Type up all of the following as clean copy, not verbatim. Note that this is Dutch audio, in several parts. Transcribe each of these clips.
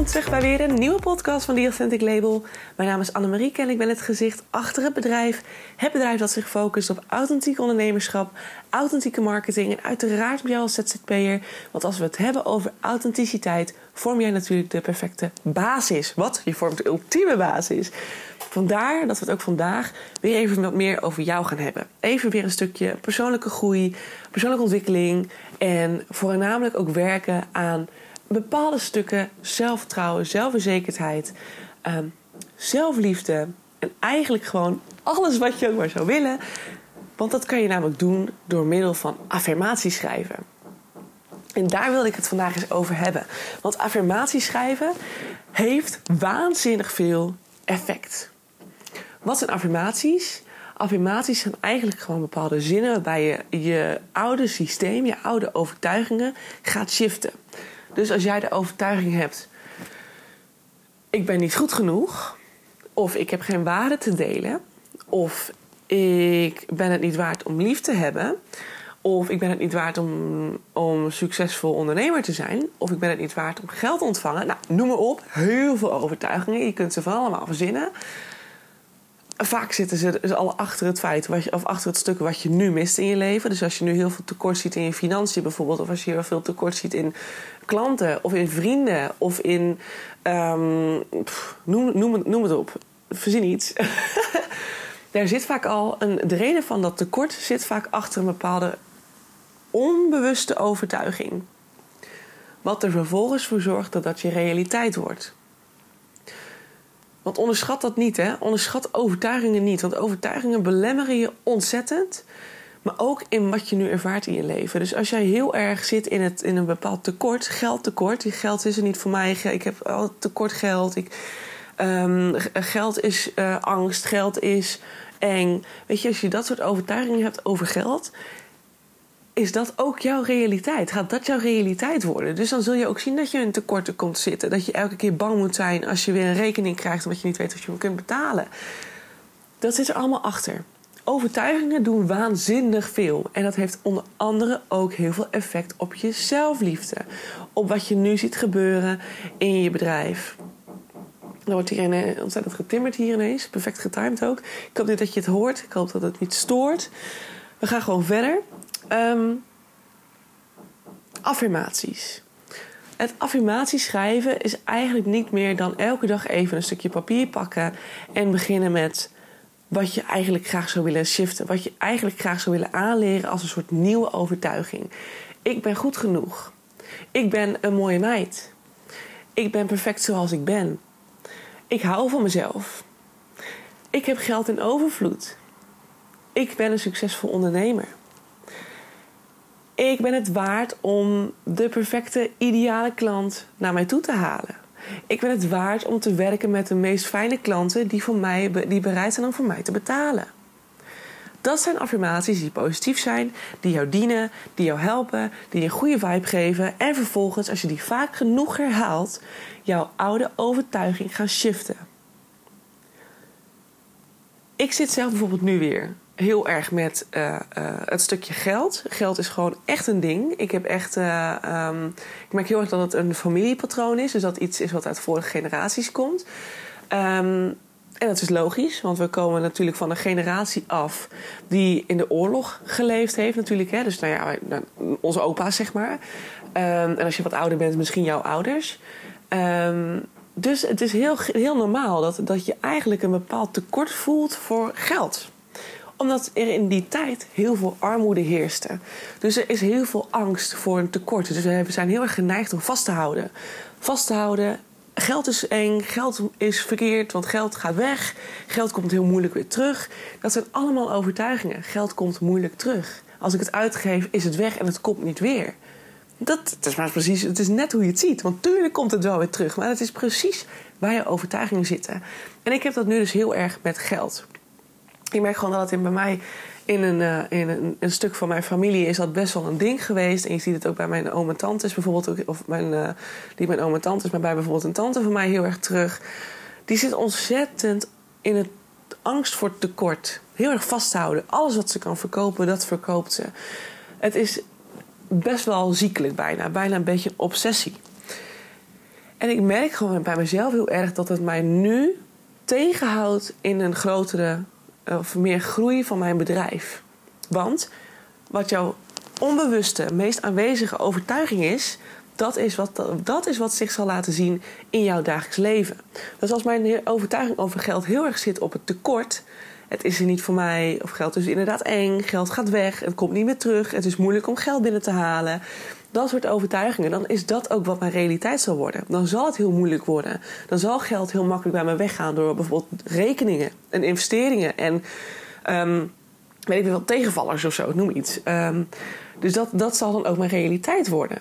Welkom terug bij weer een nieuwe podcast van The Authentic Label. Mijn naam is Annemarieke en ik ben het gezicht achter het bedrijf. Het bedrijf dat zich focust op authentiek ondernemerschap, authentieke marketing en uiteraard bij jou als ZZP'er. Want als we het hebben over authenticiteit, vorm jij natuurlijk de perfecte basis. Je vormt de ultieme basis. Vandaar dat we het ook vandaag weer even wat meer over jou gaan hebben. Even weer een stukje persoonlijke groei, persoonlijke ontwikkeling en voornamelijk ook werken aan bepaalde stukken zelfvertrouwen, zelfverzekerdheid, zelfliefde en eigenlijk gewoon alles wat je ook maar zou willen. Want dat kan je namelijk doen door middel van affirmaties schrijven. En daar wilde ik het vandaag eens over hebben. Want affirmaties schrijven heeft waanzinnig veel effect. Wat zijn affirmaties? Affirmaties zijn eigenlijk gewoon bepaalde zinnen waarbij je je oude systeem, je oude overtuigingen gaat shiften. Dus als jij de overtuiging hebt, ik ben niet goed genoeg, of ik heb geen waarde te delen, of ik ben het niet waard om lief te hebben, of ik ben het niet waard om succesvol ondernemer te zijn, of ik ben het niet waard om geld te ontvangen. Nou, noem maar op, heel veel overtuigingen, je kunt ze van allemaal verzinnen. Vaak zitten ze al achter het feit, of achter het stuk wat je nu mist in je leven. Dus als je nu heel veel tekort ziet in je financiën bijvoorbeeld, of als je heel veel tekort ziet in klanten, of in vrienden, of in noem het op. Verzin iets. Daar zit vaak al de reden van dat tekort zit vaak achter een bepaalde onbewuste overtuiging. Wat er vervolgens voor zorgt dat dat je realiteit wordt. Want onderschat dat niet, hè? Onderschat overtuigingen niet. Want overtuigingen belemmeren je ontzettend. Maar ook in wat je nu ervaart in je leven. Dus als jij heel erg zit in een bepaald tekort, geldtekort. Geld is er niet voor mij. Ik heb al tekort geld. Geld is angst. Geld is eng. Weet je, als je dat soort overtuigingen hebt over geld, is dat ook jouw realiteit? Gaat dat jouw realiteit worden? Dus dan zul je ook zien dat je in tekorten komt zitten. Dat je elke keer bang moet zijn als je weer een rekening krijgt omdat je niet weet of je hem kunt betalen. Dat zit er allemaal achter. Overtuigingen doen waanzinnig veel. En dat heeft onder andere ook heel veel effect op je zelfliefde. Op wat je nu ziet gebeuren in je bedrijf. Er wordt hier ontzettend getimmerd hier ineens. Perfect getimed ook. Ik hoop niet dat je het hoort. Ik hoop dat het niet stoort. We gaan gewoon verder. Affirmaties. Het affirmaties schrijven is eigenlijk niet meer dan elke dag even een stukje papier pakken en beginnen met wat je eigenlijk graag zou willen shiften. Wat je eigenlijk graag zou willen aanleren als een soort nieuwe overtuiging. Ik ben goed genoeg. Ik ben een mooie meid. Ik ben perfect zoals ik ben. Ik hou van mezelf. Ik heb geld in overvloed. Ik ben een succesvol ondernemer. Ik ben het waard om de perfecte, ideale klant naar mij toe te halen. Ik ben het waard om te werken met de meest fijne klanten die bereid zijn om voor mij te betalen. Dat zijn affirmaties die positief zijn, die jou dienen, die jou helpen, die je een goede vibe geven. En vervolgens, als je die vaak genoeg herhaalt, jouw oude overtuiging gaan shiften. Ik zit zelf bijvoorbeeld nu weer heel erg met het stukje geld. Geld is gewoon echt een ding. Ik heb echt, ik merk heel erg dat het een familiepatroon is. Dus dat iets is wat uit vorige generaties komt. En dat is logisch, want we komen natuurlijk van een generatie af die in de oorlog geleefd heeft natuurlijk. Hè? Dus onze opa's zeg maar. En als je wat ouder bent, misschien jouw ouders. Dus het is heel normaal dat je eigenlijk een bepaald tekort voelt voor geld. Omdat er in die tijd heel veel armoede heerste. Dus er is heel veel angst voor een tekort. Dus we zijn heel erg geneigd om vast te houden. Geld is eng, geld is verkeerd, want geld gaat weg. Geld komt heel moeilijk weer terug. Dat zijn allemaal overtuigingen. Geld komt moeilijk terug. Als ik het uitgeef, is het weg en het komt niet weer. Het is net hoe je het ziet. Want tuurlijk komt het wel weer terug. Maar het is precies waar je overtuigingen zitten. En ik heb dat nu dus heel erg met geld. Ik merk gewoon dat het bij mij in een stuk van mijn familie is dat best wel een ding geweest. En je ziet het ook bij mijn oom en tantes bijvoorbeeld. Of niet mijn oom en tantes, maar bij bijvoorbeeld een tante van mij heel erg terug. Die zit ontzettend in het angst voor tekort. Heel erg vasthouden. Alles wat ze kan verkopen, dat verkoopt ze. Het is best wel ziekelijk bijna. Bijna een beetje een obsessie. En ik merk gewoon bij mezelf heel erg dat het mij nu tegenhoudt in een grotere of meer groei van mijn bedrijf. Want wat jouw onbewuste, meest aanwezige overtuiging is, dat is wat zich zal laten zien in jouw dagelijks leven. Dus als mijn overtuiging over geld heel erg zit op het tekort, het is er niet voor mij, of geld is inderdaad eng, geld gaat weg, het komt niet meer terug, het is moeilijk om geld binnen te halen. Dat soort overtuigingen, dan is dat ook wat mijn realiteit zal worden. Dan zal het heel moeilijk worden. Dan zal geld heel makkelijk bij me weggaan door bijvoorbeeld rekeningen en investeringen en weet ik wel, tegenvallers of zo, noem iets. Dus dat zal dan ook mijn realiteit worden.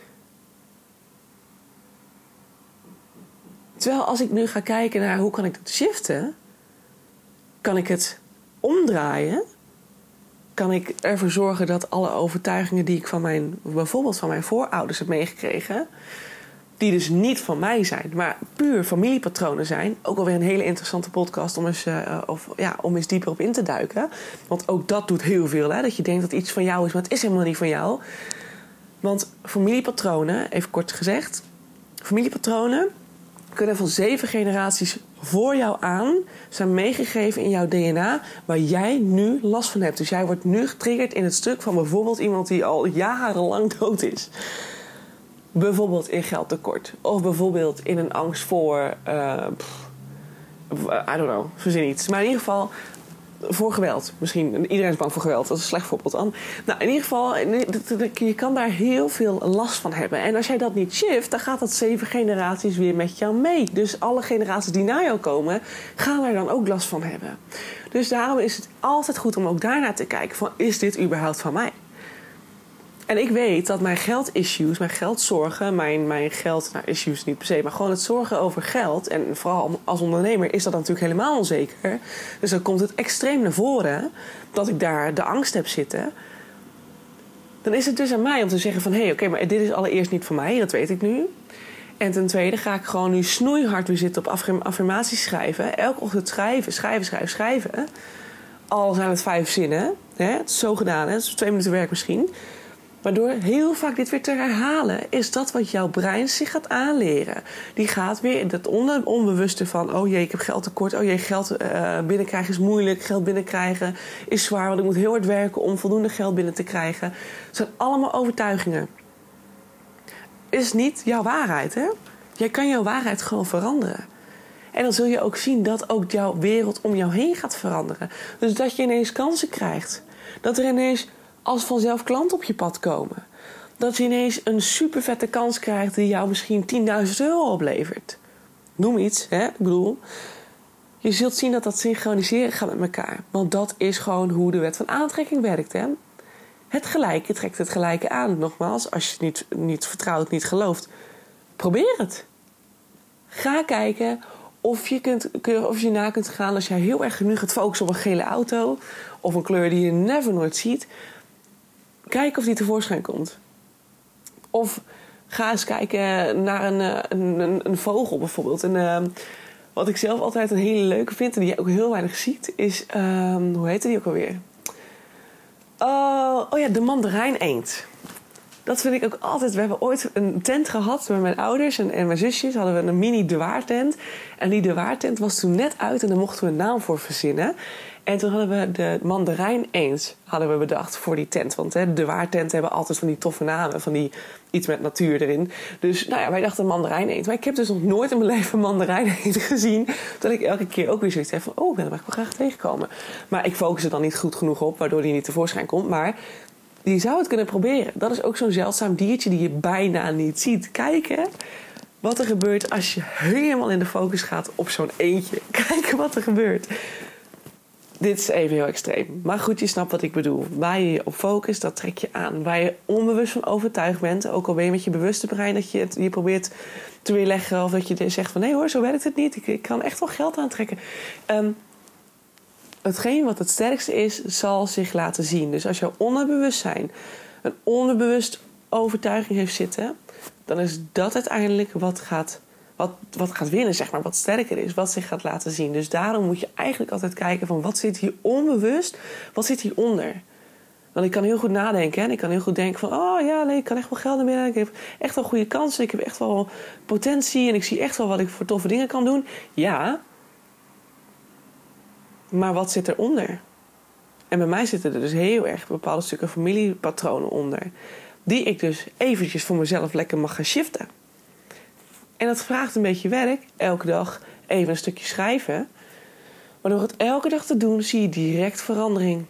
Terwijl als ik nu ga kijken naar hoe kan ik dat shiften, kan ik het omdraaien. Kan ik ervoor zorgen dat alle overtuigingen die ik bijvoorbeeld van mijn voorouders heb meegekregen, die dus niet van mij zijn, maar puur familiepatronen zijn. Ook alweer een hele interessante podcast om eens dieper op in te duiken. Want ook dat doet heel veel. Hè? Dat je denkt dat iets van jou is, maar het is helemaal niet van jou. Want familiepatronen, even kort gezegd, familiepatronen kunnen van 7 generaties voor jou aan zijn meegegeven in jouw DNA waar jij nu last van hebt. Dus jij wordt nu getriggerd in het stuk van bijvoorbeeld iemand die al jarenlang dood is. Bijvoorbeeld in geldtekort. Of bijvoorbeeld in een angst voor I don't know, verzin iets. Maar in ieder geval voor geweld. Misschien, iedereen is bang voor geweld. Dat is een slecht voorbeeld dan. Nou, in ieder geval, je kan daar heel veel last van hebben. En als jij dat niet shift, dan gaat dat 7 generaties weer met jou mee. Dus alle generaties die na jou komen, gaan er dan ook last van hebben. Dus daarom is het altijd goed om ook daarnaar te kijken van, is dit überhaupt van mij? En ik weet dat mijn geldissues, mijn geldzorgen, mijn issues niet per se, maar gewoon het zorgen over geld, en vooral als ondernemer is dat natuurlijk helemaal onzeker. Dus dan komt het extreem naar voren dat ik daar de angst heb zitten. Dan is het dus aan mij om te zeggen van, oké, maar dit is allereerst niet voor mij, dat weet ik nu. En ten tweede ga ik gewoon nu snoeihard weer zitten op affirmaties schrijven. Elke ochtend schrijven. Al zijn het 5 zinnen. Het is zo gedaan, het is 2 minuten werk misschien. Maar door heel vaak dit weer te herhalen, is dat wat jouw brein zich gaat aanleren. Die gaat weer in dat onbewuste van, oh jee, ik heb geldtekort. Oh jee, geld binnenkrijgen is moeilijk. Geld binnenkrijgen is zwaar, want ik moet heel hard werken om voldoende geld binnen te krijgen. Het zijn allemaal overtuigingen. Is niet jouw waarheid, hè? Jij kan jouw waarheid gewoon veranderen. En dan zul je ook zien dat ook jouw wereld om jou heen gaat veranderen. Dus dat je ineens kansen krijgt. Dat er ineens als vanzelf klanten op je pad komen. Dat je ineens een super vette kans krijgt die jou misschien 10.000 euro oplevert. Noem iets, hè? Ik bedoel, je zult zien dat dat synchroniseren gaat met elkaar. Want dat is gewoon hoe de wet van aantrekking werkt, hè? Het gelijke trekt het gelijke aan. Nogmaals, als je het niet vertrouwt, niet gelooft, probeer het. Ga kijken of je na kunt gaan als jij heel erg nu gaat focussen op een gele auto of een kleur die je never nooit ziet. Kijk of die tevoorschijn komt. Of ga eens kijken naar een vogel bijvoorbeeld. En wat ik zelf altijd een hele leuke vind en die je ook heel weinig ziet, is, hoe heette die ook alweer? Oh ja, de mandarijn-eend. Dat vind ik ook altijd. We hebben ooit een tent gehad met mijn ouders en mijn zusjes. Hadden we een mini de Waartent. En die de Waartent was toen net uit en daar mochten we een naam voor verzinnen. En toen hadden we de mandarijn-eend bedacht voor die tent. Want de Waartent hebben altijd van die toffe namen. Van die iets met natuur erin. Dus nou ja, wij dachten mandarijn-eend. Maar ik heb dus nog nooit in mijn leven mandarijn-eend gezien. Dat ik elke keer ook weer zoiets heb van, oh, daar mag ik wel graag tegenkomen. Maar ik focus er dan niet goed genoeg op, waardoor die niet tevoorschijn komt. Maar die zou het kunnen proberen. Dat is ook zo'n zeldzaam diertje die je bijna niet ziet. Kijken wat er gebeurt als je helemaal in de focus gaat op zo'n eendje. Kijken wat er gebeurt. Dit is even heel extreem. Maar goed, je snapt wat ik bedoel. Waar je je op focust, dat trek je aan. Waar je onbewust van overtuigd bent, ook al ben je met je bewuste brein dat je je probeert te weerleggen, of dat je zegt van nee hoor, zo werkt het niet. Ik kan echt wel geld aantrekken. Hetgeen wat het sterkste is, zal zich laten zien. Dus als jouw onderbewustzijn een onderbewust overtuiging heeft zitten, dan is dat uiteindelijk wat gaat winnen, zeg maar, wat sterker is, wat zich gaat laten zien. Dus daarom moet je eigenlijk altijd kijken van wat zit hier onbewust, wat zit hieronder. Want ik kan heel goed nadenken. En ik kan heel goed denken van... oh ja, nee, ik kan echt wel geld binnen. Ik heb echt wel goede kansen. Ik heb echt wel potentie. En ik zie echt wel wat ik voor toffe dingen kan doen. Ja. Maar wat zit eronder? En bij mij zitten er dus heel erg bepaalde stukken familiepatronen onder. Die ik dus eventjes voor mezelf lekker mag gaan shiften. En dat vraagt een beetje werk. Elke dag even een stukje schrijven. Maar door het elke dag te doen, zie je direct verandering.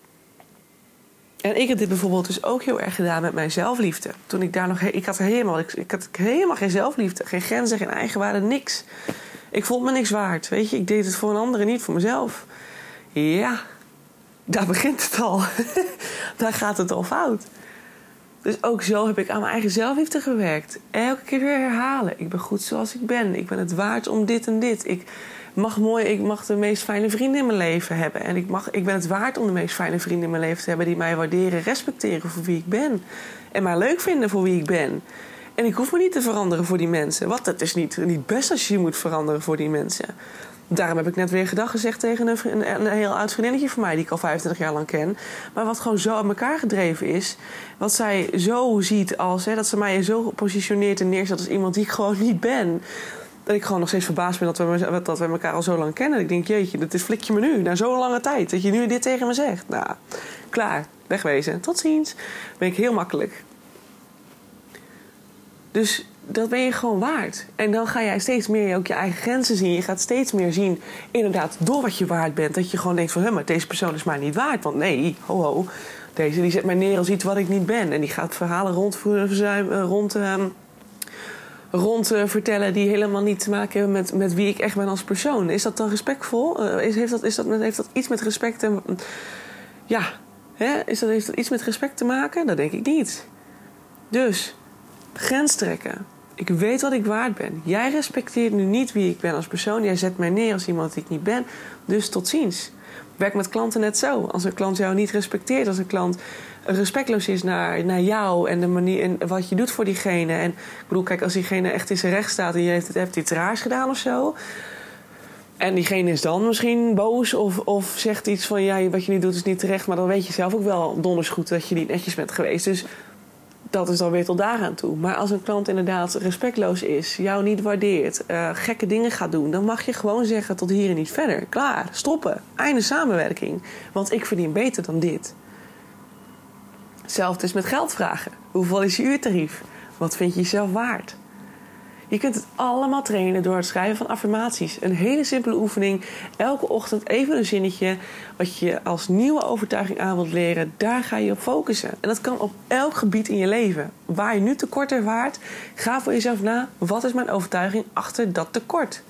En ik heb dit bijvoorbeeld dus ook heel erg gedaan met mijn zelfliefde. Toen ik daar nog... Ik had helemaal geen zelfliefde. Geen grenzen, geen eigenwaarde, niks. Ik vond me niks waard. Weet je, ik deed het voor een ander en niet voor mezelf. Ja, daar begint het al. Daar gaat het al fout. Dus ook zo heb ik aan mijn eigen zelfliefde gewerkt. Elke keer weer herhalen. Ik ben goed zoals ik ben. Ik ben het waard om dit en dit. Ik mag de meest fijne vrienden in mijn leven hebben. En ik ben het waard om de meest fijne vrienden in mijn leven te hebben... die mij waarderen, respecteren voor wie ik ben. En mij leuk vinden voor wie ik ben. En ik hoef me niet te veranderen voor die mensen. Want het is niet best als je moet veranderen voor die mensen. Daarom heb ik net weer gedag gezegd tegen een heel oud vriendinnetje van mij... die ik al 25 jaar lang ken. Maar wat gewoon zo aan elkaar gedreven is... wat zij zo ziet als... dat ze mij zo positioneert en neerzet als iemand die ik gewoon niet ben... dat ik gewoon nog steeds verbaasd ben dat we elkaar al zo lang kennen. Ik denk, jeetje, dat is flik je me nu. Na zo'n lange tijd. Dat je nu dit tegen me zegt. Nou, klaar. Wegwezen. Tot ziens. Ben ik heel makkelijk. Dus dat ben je gewoon waard. En dan ga jij steeds meer ook je eigen grenzen zien. Je gaat steeds meer zien, inderdaad, door wat je waard bent. Dat je gewoon denkt van, maar deze persoon is mij niet waard. Want nee, ho. Deze die zet mij neer als iets wat ik niet ben. En die gaat verhalen rond vertellen die helemaal niet te maken hebben met wie ik echt ben als persoon. Is dat dan respectvol? Heeft dat iets met respect te... Ja, heeft dat iets met respect te maken? Dat denk ik niet. Dus, grens trekken. Ik weet wat ik waard ben. Jij respecteert nu niet wie ik ben als persoon. Jij zet mij neer als iemand die ik niet ben. Dus tot ziens. Werk met klanten net zo. Als een klant jou niet respecteert, als een klant respectloos is naar jou en de manier en wat je doet voor diegene. En ik bedoel, kijk, als diegene echt in zijn recht staat en je heeft iets raars gedaan of zo. En diegene is dan misschien boos of zegt iets van ja, wat je niet doet is niet terecht. Maar dan weet je zelf ook wel donders goed dat je niet netjes bent geweest. Dus dat is dan weer tot daaraan toe. Maar als een klant inderdaad respectloos is, jou niet waardeert, gekke dingen gaat doen, dan mag je gewoon zeggen tot hier en niet verder. Klaar, stoppen, einde samenwerking. Want ik verdien beter dan dit. Hetzelfde is met geld vragen. Hoeveel is je uurtarief? Wat vind je jezelf waard? Je kunt het allemaal trainen door het schrijven van affirmaties. Een hele simpele oefening. Elke ochtend even een zinnetje wat je als nieuwe overtuiging aan wilt leren. Daar ga je op focussen. En dat kan op elk gebied in je leven. Waar je nu tekort ervaart, ga voor jezelf na. Wat is mijn overtuiging achter dat tekort?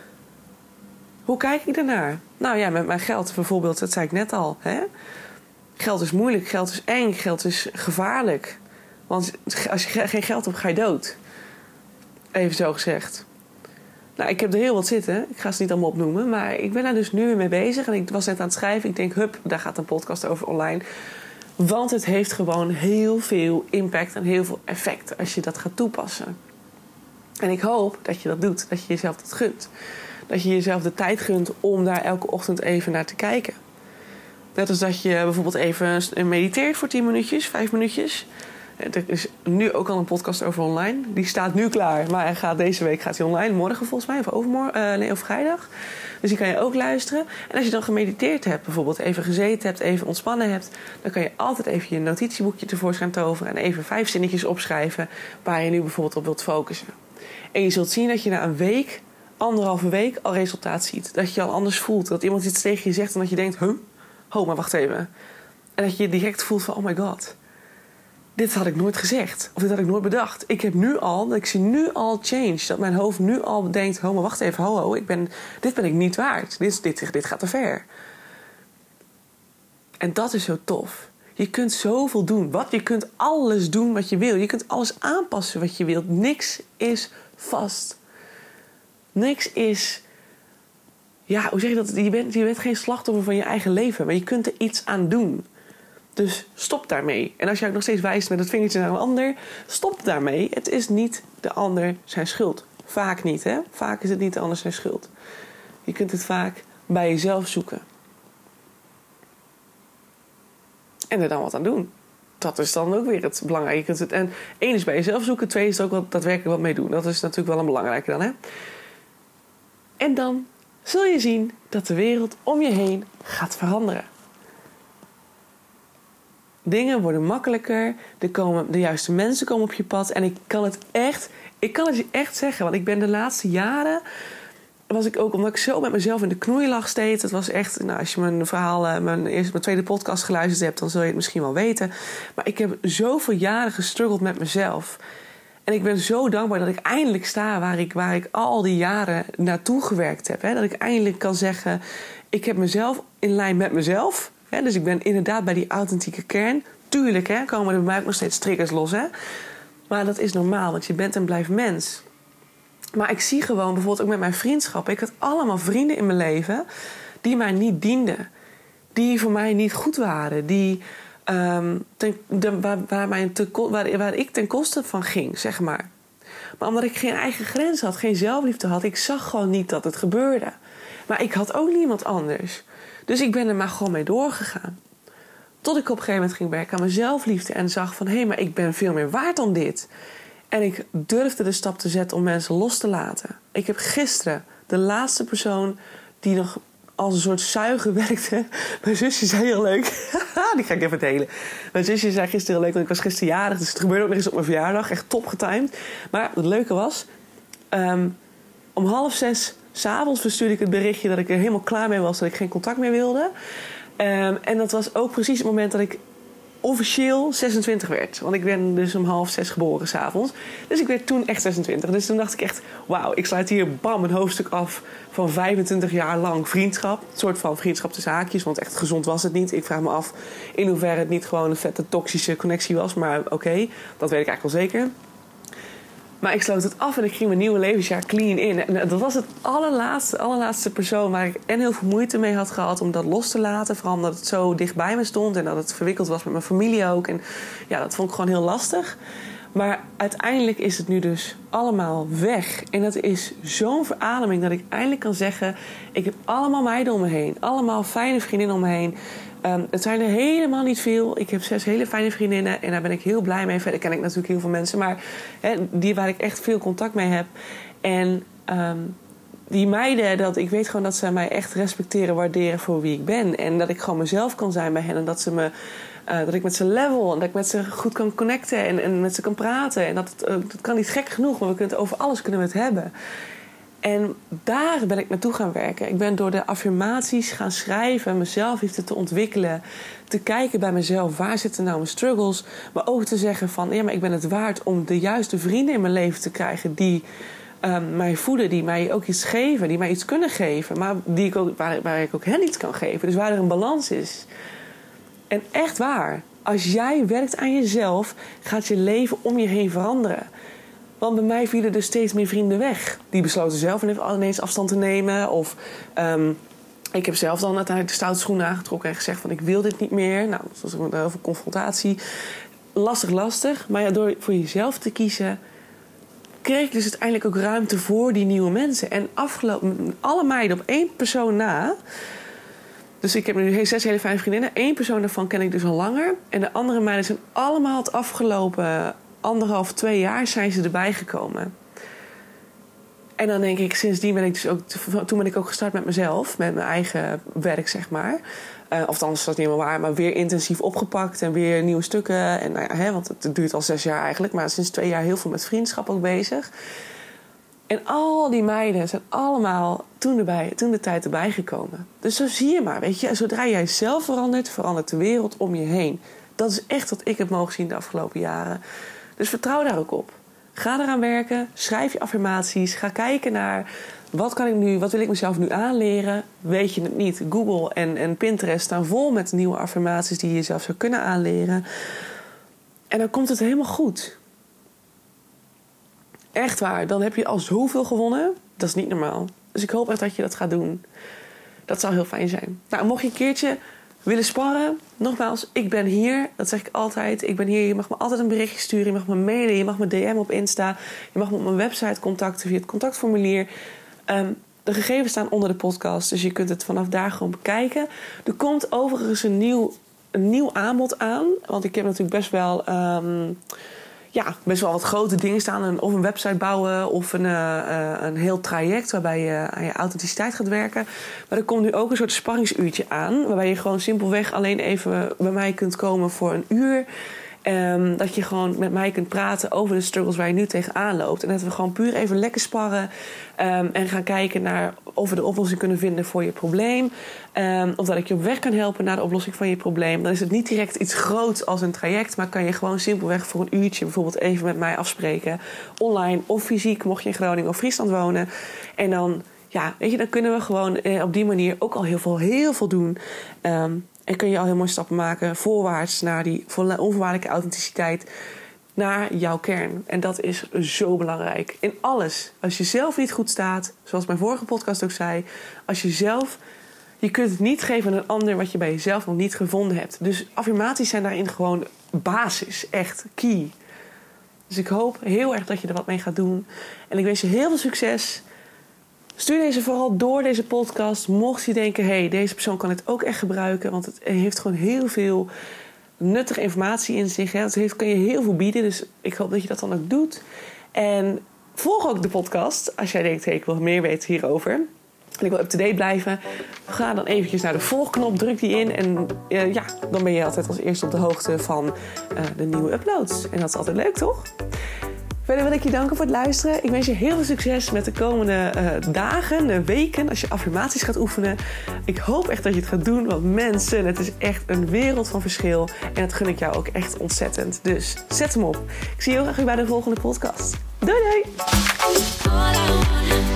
Hoe kijk ik ernaar? Nou ja, met mijn geld bijvoorbeeld, dat zei ik net al. Geld is moeilijk, geld is eng, geld is gevaarlijk. Want als je geen geld hebt, ga je dood. Even zo gezegd. Nou, ik heb er heel wat zitten. Ik ga ze niet allemaal opnoemen. Maar ik ben daar dus nu weer mee bezig. En ik was net aan het schrijven. Ik denk, daar gaat een podcast over online. Want het heeft gewoon heel veel impact en heel veel effect als je dat gaat toepassen. En ik hoop dat je dat doet. Dat je jezelf dat gunt. Dat je jezelf de tijd gunt om daar elke ochtend even naar te kijken. Net als dat je bijvoorbeeld even mediteert voor 10 minuutjes, 5 minuutjes. Er is nu ook al een podcast over online. Die staat nu klaar, maar deze week gaat hij online. Morgen volgens mij, of overmorgen, of vrijdag. Dus die kan je ook luisteren. En als je dan gemediteerd hebt, bijvoorbeeld even gezeten hebt, even ontspannen hebt, dan kan je altijd even je notitieboekje tevoorschijn toveren en even 5 zinnetjes opschrijven waar je nu bijvoorbeeld op wilt focussen. En je zult zien dat je na een week, 1,5 week al resultaat ziet. Dat je je al anders voelt. Dat iemand iets tegen je zegt en dat je denkt, maar wacht even. En dat je direct voelt van, oh my god. Dit had ik nooit gezegd. Of dit had ik nooit bedacht. Ik zie nu al change. Dat mijn hoofd nu al denkt, maar wacht even, dit ben ik niet waard. Dit gaat te ver. En dat is zo tof. Je kunt zoveel doen. Je kunt alles doen wat je wil. Je kunt alles aanpassen wat je wilt. Niks is vast. Niks is... Ja, hoe zeg je dat? Je bent geen slachtoffer van je eigen leven. Maar je kunt er iets aan doen. Dus stop daarmee. En als jij ook nog steeds wijst met het vingertje naar een ander, stop daarmee. Het is niet de ander zijn schuld. Vaak niet, hè? Vaak is het niet de ander zijn schuld. Je kunt het vaak bij jezelf zoeken. En er dan wat aan doen. Dat is dan ook weer het belangrijke. En 1 is bij jezelf zoeken. 2 is er ook wel daadwerkelijk wat mee doen. Dat is natuurlijk wel een belangrijke dan, hè. En dan zul je zien dat de wereld om je heen gaat veranderen. Dingen worden makkelijker. De juiste mensen komen op je pad. En ik kan het je echt zeggen. Want ik ben de laatste jaren... was ik ook, omdat ik zo met mezelf in de knoei lag steeds. Het was echt, als je mijn verhaal, mijn tweede podcast geluisterd hebt, dan zul je het misschien wel weten. Maar ik heb zoveel jaren gestruggeld met mezelf. En ik ben zo dankbaar dat ik eindelijk sta waar ik al die jaren naartoe gewerkt heb. Hè? Dat ik eindelijk kan zeggen, ik heb mezelf in lijn met mezelf. Hè? Dus ik ben inderdaad bij die authentieke kern. Tuurlijk komen er bij mij ook nog steeds triggers los. Hè? Maar dat is normaal, want je bent en blijft mens. Maar ik zie gewoon bijvoorbeeld ook met mijn vriendschappen. Ik had allemaal vrienden in mijn leven die mij niet dienden. Die voor mij niet goed waren. Die, waar ik ten koste van ging, zeg maar. Maar omdat ik geen eigen grens had, geen zelfliefde had... ik zag gewoon niet dat het gebeurde. Maar ik had ook niemand anders. Dus ik ben er maar gewoon mee doorgegaan. Tot ik op een gegeven moment ging werken aan mijn zelfliefde... en zag van, hé, maar ik ben veel meer waard dan dit... En ik durfde de stap te zetten om mensen los te laten. Ik heb gisteren de laatste persoon die nog als een soort zuiger werkte. Mijn zusje zei heel leuk. Die ga ik even delen. Mijn zusje zei gisteren heel leuk, want ik was gisteren jarig. Dus het gebeurde ook nog eens op mijn verjaardag. Echt top getimed. Maar het leuke was... om 5:30 s'avonds verstuurde ik het berichtje dat ik er helemaal klaar mee was. Dat ik geen contact meer wilde. En dat was ook precies het moment dat ik... officieel 26 werd. Want ik ben dus om 5:30 geboren 's avonds. Dus ik werd toen echt 26. Dus toen dacht ik echt... wauw, ik sluit hier bam een hoofdstuk af... van 25 jaar lang vriendschap. Een soort van vriendschap tussen haakjes. Want echt gezond was het niet. Ik vraag me af in hoeverre het niet gewoon een vette toxische connectie was. Maar oké, dat weet ik eigenlijk wel zeker. Maar ik sloot het af en ik ging mijn nieuwe levensjaar clean in. En dat was het allerlaatste persoon waar ik heel veel moeite mee had gehad om dat los te laten. Vooral omdat het zo dicht bij me stond en dat het verwikkeld was met mijn familie ook. En ja, dat vond ik gewoon heel lastig. Maar uiteindelijk is het nu dus allemaal weg. En dat is zo'n verademing dat ik eindelijk kan zeggen... ik heb allemaal meiden om me heen. Allemaal fijne vriendinnen om me heen. Het zijn er helemaal niet veel. Ik heb 6 hele fijne vriendinnen en daar ben ik heel blij mee. Verder ken ik natuurlijk heel veel mensen, maar die waar ik echt veel contact mee heb. En die meiden, ik weet gewoon dat ze mij echt respecteren, waarderen voor wie ik ben. En dat ik gewoon mezelf kan zijn bij hen. En dat ik met ze level en dat ik met ze goed kan connecten en met ze kan praten. En dat kan niet gek genoeg, maar over alles kunnen we het hebben. En daar ben ik naartoe gaan werken. Ik ben door de affirmaties gaan schrijven, mezelf te ontwikkelen. Te kijken bij mezelf, waar zitten nou mijn struggles? Maar ook te zeggen van, ja, maar ik ben het waard om de juiste vrienden in mijn leven te krijgen... die mij voeden, die mij ook iets geven, die mij iets kunnen geven... maar waar ik ook hen iets kan geven. Dus waar er een balans is. En echt waar, als jij werkt aan jezelf, gaat je leven om je heen veranderen... Want bij mij vielen er steeds meer vrienden weg. Die besloten zelf ineens afstand te nemen. Of ik heb zelf dan uiteindelijk de stoute schoenen aangetrokken en gezegd van ik wil dit niet meer. Nou, dat was heel veel confrontatie. Lastig. Maar ja, door voor jezelf te kiezen, kreeg ik dus uiteindelijk ook ruimte voor die nieuwe mensen. En alle meiden op 1 persoon na. Dus ik heb nu 6 hele fijne vriendinnen. 1 persoon daarvan ken ik dus al langer. En de andere meiden zijn allemaal het afgelopen 1,5-2 jaar zijn ze erbij gekomen. En dan denk ik, sindsdien ben ik dus ook... Toen ben ik ook gestart met mezelf, met mijn eigen werk, zeg maar. Of anders is dat niet helemaal waar, maar weer intensief opgepakt en weer nieuwe stukken. En, nou ja, want het duurt al 6 jaar eigenlijk, maar sinds 2 jaar heel veel met vriendschap ook bezig. En al die meiden zijn allemaal toen de tijd erbij gekomen. Dus zo zie je maar, weet je. Zodra jij zelf verandert, verandert de wereld om je heen. Dat is echt wat ik heb mogen zien de afgelopen jaren. Dus vertrouw daar ook op. Ga eraan werken, schrijf je affirmaties, ga kijken naar wat wil ik mezelf nu aanleren. Weet je het niet, Google en Pinterest staan vol met nieuwe affirmaties die je jezelf zou kunnen aanleren. En dan komt het helemaal goed. Echt waar, dan heb je al zoveel gewonnen. Dat is niet normaal. Dus ik hoop echt dat je dat gaat doen. Dat zou heel fijn zijn. Nou, mocht je een keertje willen sparren, nogmaals, ik ben hier. Dat zeg ik altijd. Ik ben hier. Je mag me altijd een berichtje sturen. Je mag me mailen. Je mag me DM op Insta. Je mag me op mijn website contacten via het contactformulier. De gegevens staan onder de podcast. Dus je kunt het vanaf daar gewoon bekijken. Er komt overigens een een nieuw aanbod aan. Want ik heb natuurlijk best wel wat grote dingen staan. Of een website bouwen of een heel traject waarbij je aan je authenticiteit gaat werken. Maar er komt nu ook een soort sparringsuurtje aan. Waarbij je gewoon simpelweg alleen even bij mij kunt komen voor een uur. Dat je gewoon met mij kunt praten over de struggles waar je nu tegenaan loopt. En dat we gewoon puur even lekker sparren. En gaan kijken naar of we de oplossing kunnen vinden voor je probleem. Of dat ik je op weg kan helpen naar de oplossing van je probleem. Dan is het niet direct iets groots als een traject. Maar kan je gewoon simpelweg voor een uurtje bijvoorbeeld even met mij afspreken. Online of fysiek, mocht je in Groningen of Friesland wonen. En dan, dan kunnen we gewoon op die manier ook al heel veel doen. En kun je al heel mooie stappen maken voorwaarts naar die onvoorwaardelijke authenticiteit, naar jouw kern. En dat is zo belangrijk. In alles. Als je zelf niet goed staat, zoals mijn vorige podcast ook zei. Je kunt het niet geven aan een ander wat je bij jezelf nog niet gevonden hebt. Dus affirmaties zijn daarin gewoon basis. Echt key. Dus ik hoop heel erg dat je er wat mee gaat doen. En ik wens je heel veel succes. Stuur deze vooral door, deze podcast. Mocht je denken, deze persoon kan het ook echt gebruiken. Want het heeft gewoon heel veel nuttige informatie in zich. Het kan je heel veel bieden. Dus ik hoop dat je dat dan ook doet. En volg ook de podcast. Als jij denkt, ik wil meer weten hierover. En ik wil up-to-date blijven. Ga dan eventjes naar de volgknop. Druk die in. En dan ben je altijd als eerste op de hoogte van de nieuwe uploads. En dat is altijd leuk, toch? Verder wil ik je danken voor het luisteren. Ik wens je heel veel succes met de komende dagen, de weken, als je affirmaties gaat oefenen. Ik hoop echt dat je het gaat doen, want mensen, het is echt een wereld van verschil. En dat gun ik jou ook echt ontzettend. Dus zet hem op. Ik zie je heel graag weer bij de volgende podcast. Doei doei!